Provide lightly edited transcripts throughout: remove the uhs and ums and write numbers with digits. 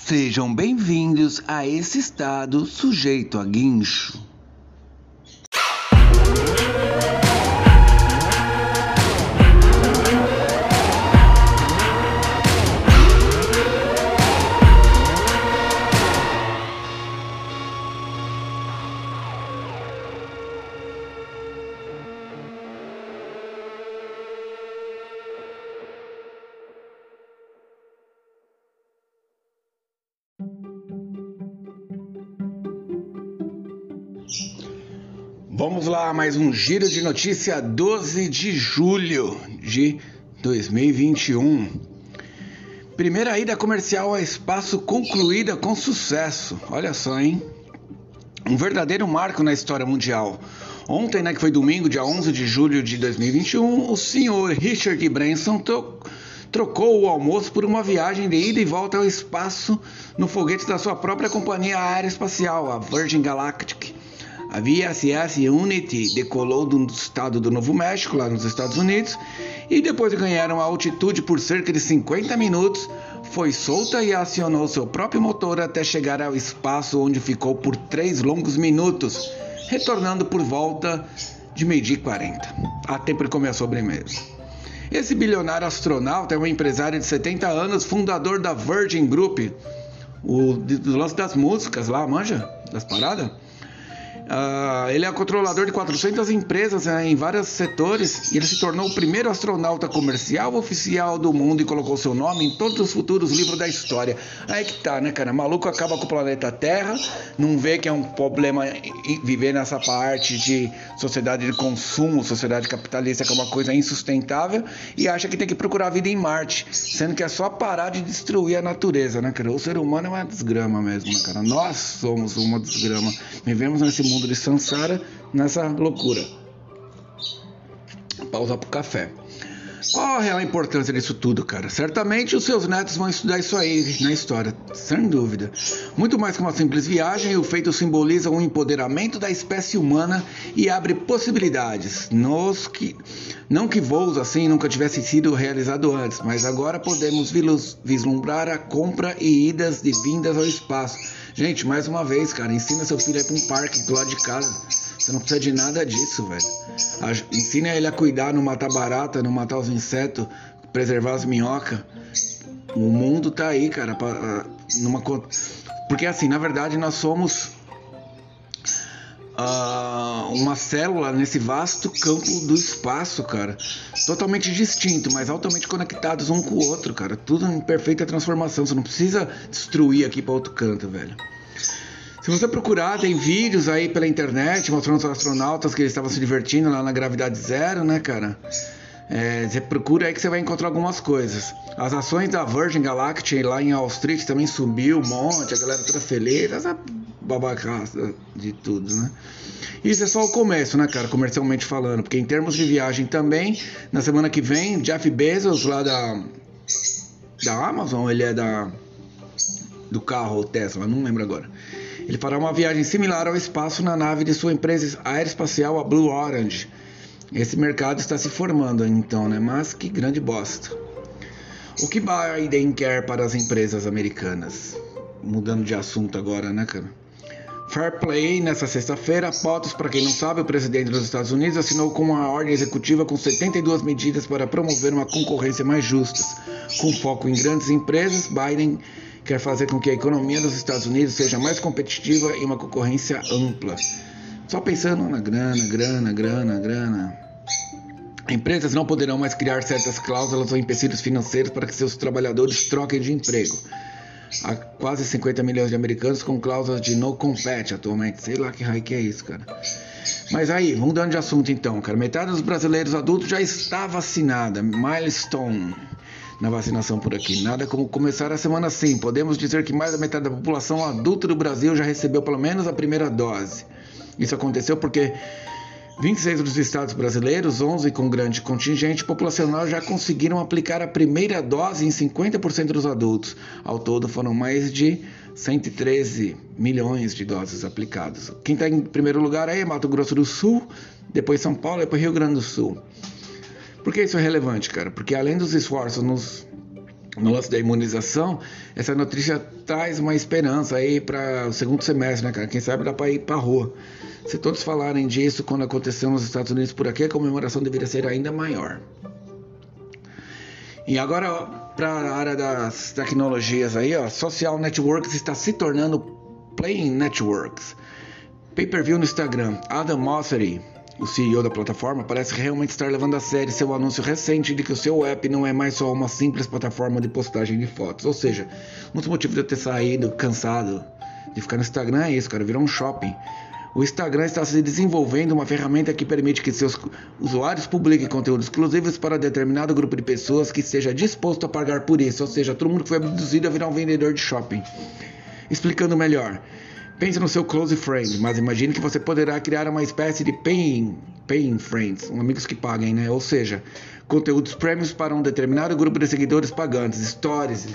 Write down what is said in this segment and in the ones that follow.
Sejam bem-vindos a esse estado sujeito a guincho. Vamos lá, mais um giro de notícia 12 de julho de 2021. Primeira ida comercial ao espaço concluída com sucesso. Olha só, hein? Um verdadeiro marco na história mundial. Ontem, que foi domingo, dia 11 de julho de 2021, o senhor Richard Branson trocou o almoço por uma viagem de ida e volta ao espaço no foguete da sua própria companhia aeroespacial, a Virgin Galactic. A VSS Unity decolou do estado do Novo México, lá nos Estados Unidos, e depois de ganhar uma altitude por cerca de 50 minutos, foi solta e acionou seu próprio motor até chegar ao espaço, onde ficou por 3 longos minutos, retornando por volta de 12h40, a tempo de comer a sobremesa. Esse bilionário astronauta é um empresário de 70 anos, fundador da Virgin Group, do lance das músicas lá, manja? Das paradas? Ele é controlador de 400 empresas em vários setores e ele se tornou o primeiro astronauta comercial oficial do mundo e colocou seu nome em todos os futuros livros da história. Aí que tá, né, cara? Maluco acaba com o planeta Terra, não vê que é um problema viver nessa parte de sociedade de consumo, sociedade capitalista, que é uma coisa insustentável, e acha que tem que procurar vida em Marte, sendo que é só parar de destruir a natureza, né, cara? O ser humano é uma desgrama mesmo, né, cara? Nós somos uma desgrama. Vivemos nesse mundo de Sansara, nessa loucura. Pausa pro café. Qual a real importância disso tudo, cara? Certamente os seus netos vão estudar isso aí na história, sem dúvida. Muito mais que uma simples viagem, o feito simboliza um empoderamento da espécie humana e abre possibilidades. Não que voos assim nunca tivessem sido realizados antes, mas agora podemos vislumbrar a compra e idas e vindas ao espaço. Gente, mais uma vez, cara, ensina seu filho a ir pra um parque do lado de casa. Você não precisa de nada disso, velho. Ensina ele a cuidar, não matar barata, não matar os insetos, preservar as minhocas. O mundo tá aí, cara, porque assim, na verdade, nós somos uma célula nesse vasto campo do espaço, cara. Totalmente distinto, mas altamente conectados um com o outro, cara. Tudo em perfeita transformação. Você não precisa destruir aqui para outro canto, velho. Se você procurar, tem vídeos aí pela internet mostrando os astronautas que eles estavam se divertindo lá na gravidade zero, né, cara? Você procura aí que você vai encontrar algumas coisas. As ações da Virgin Galactic lá em Wall Street também subiu um monte, a galera toda feliz, essa babacaça de tudo, né? Isso é só o começo, né, cara, comercialmente falando, porque em termos de viagem também, na semana que vem, Jeff Bezos lá da Amazon, ele é do carro Tesla, não lembro agora. Ele fará uma viagem similar ao espaço na nave de sua empresa aeroespacial, a Blue Origin. Esse mercado está se formando então, né? Mas que grande bosta. O que Biden quer para as empresas americanas? Mudando de assunto agora, né, cara? Fair Play, nessa sexta-feira, POTUS, para quem não sabe, o presidente dos Estados Unidos assinou com uma ordem executiva com 72 medidas para promover uma concorrência mais justa. Com foco em grandes empresas, Biden quer fazer com que a economia dos Estados Unidos seja mais competitiva e uma concorrência ampla. Só pensando na grana. Empresas não poderão mais criar certas cláusulas ou empecilhos financeiros para que seus trabalhadores troquem de emprego. Há quase 50 milhões de americanos com cláusulas de no compete atualmente. Sei lá que raio que é isso, cara. Mas aí, mudando de assunto então, cara. Metade dos brasileiros adultos já está vacinada. Milestone na vacinação por aqui. Nada como começar a semana assim. Podemos dizer que mais da metade da população adulta do Brasil já recebeu pelo menos a primeira dose. Isso aconteceu porque 26 dos estados brasileiros, 11 com grande contingente populacional, já conseguiram aplicar a primeira dose em 50% dos adultos. Ao todo foram mais de 113 milhões de doses aplicadas. Quem está em primeiro lugar aí é Mato Grosso do Sul, depois São Paulo e depois Rio Grande do Sul. Por que isso é relevante, cara? Porque além dos esforços no lance da imunização, essa notícia traz uma esperança aí para o segundo semestre, né, cara? Quem sabe dá para ir para rua. Se todos falarem disso quando aconteceu nos Estados Unidos por aqui, a comemoração deveria ser ainda maior. E agora, para a área das tecnologias aí, ó, Social Networks está se tornando Playing Networks. Pay-per-view no Instagram. Adam Mosseri, o CEO da plataforma, parece realmente estar levando a sério seu anúncio recente de que o seu app não é mais só uma simples plataforma de postagem de fotos. Ou seja, um dos motivos de eu ter saído cansado de ficar no Instagram é isso, cara, virou um shopping. O Instagram está se desenvolvendo uma ferramenta que permite que seus usuários publiquem conteúdos exclusivos para determinado grupo de pessoas que esteja disposto a pagar por isso. Ou seja, todo mundo que foi abduzido a virar um vendedor de shopping. Explicando melhor. Pense no seu close friend, mas imagine que você poderá criar uma espécie de paying friends, amigos que paguem, né? Ou seja, conteúdos premiums para um determinado grupo de seguidores pagantes, stories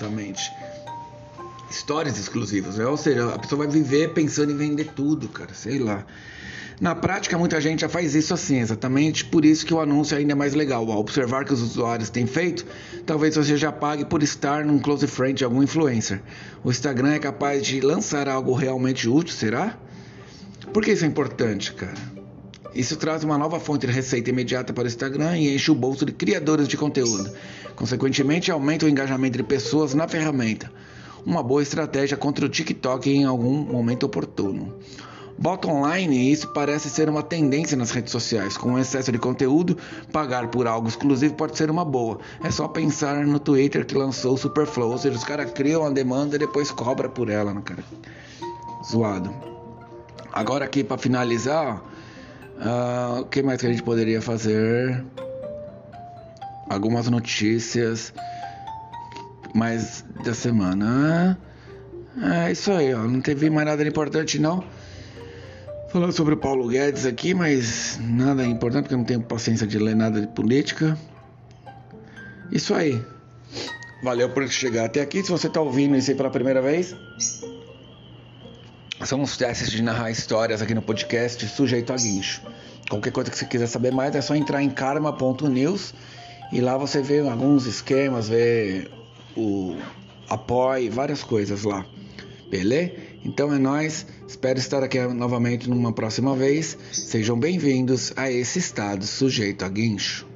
exclusivos, né? Ou seja, a pessoa vai viver pensando em vender tudo, cara, sei lá. Na prática, muita gente já faz isso assim, exatamente por isso que o anúncio é ainda mais legal. Ao observar que os usuários têm feito, talvez você já pague por estar num close friend de algum influencer. O Instagram é capaz de lançar algo realmente útil, será? Por que isso é importante, cara? Isso traz uma nova fonte de receita imediata para o Instagram e enche o bolso de criadores de conteúdo. Consequentemente, aumenta o engajamento de pessoas na ferramenta. Uma boa estratégia contra o TikTok em algum momento oportuno. Bottom line, isso parece ser uma tendência nas redes sociais. Com o excesso de conteúdo, pagar por algo exclusivo pode ser uma boa. É só pensar no Twitter que lançou o Superflow. Ou seja, os caras criam a demanda e depois cobram por ela, né, cara? Zoado. Agora aqui para finalizar, o que mais que a gente poderia fazer? Algumas notícias mais da semana. É isso aí, ó. Não teve mais nada de importante não. Falando sobre o Paulo Guedes aqui, mas nada importante, porque eu não tenho paciência de ler nada de política. Isso aí. Valeu por chegar até aqui. Se você está ouvindo isso aí pela primeira vez, são uns testes de narrar histórias aqui no podcast Sujeito a Guincho. Qualquer coisa que você quiser saber mais é só entrar em karma.news e lá você vê alguns esquemas, vê o apoio, várias coisas lá. Beleza? Então é nóis, espero estar aqui novamente numa próxima vez. Sejam bem-vindos a esse estado sujeito a guincho.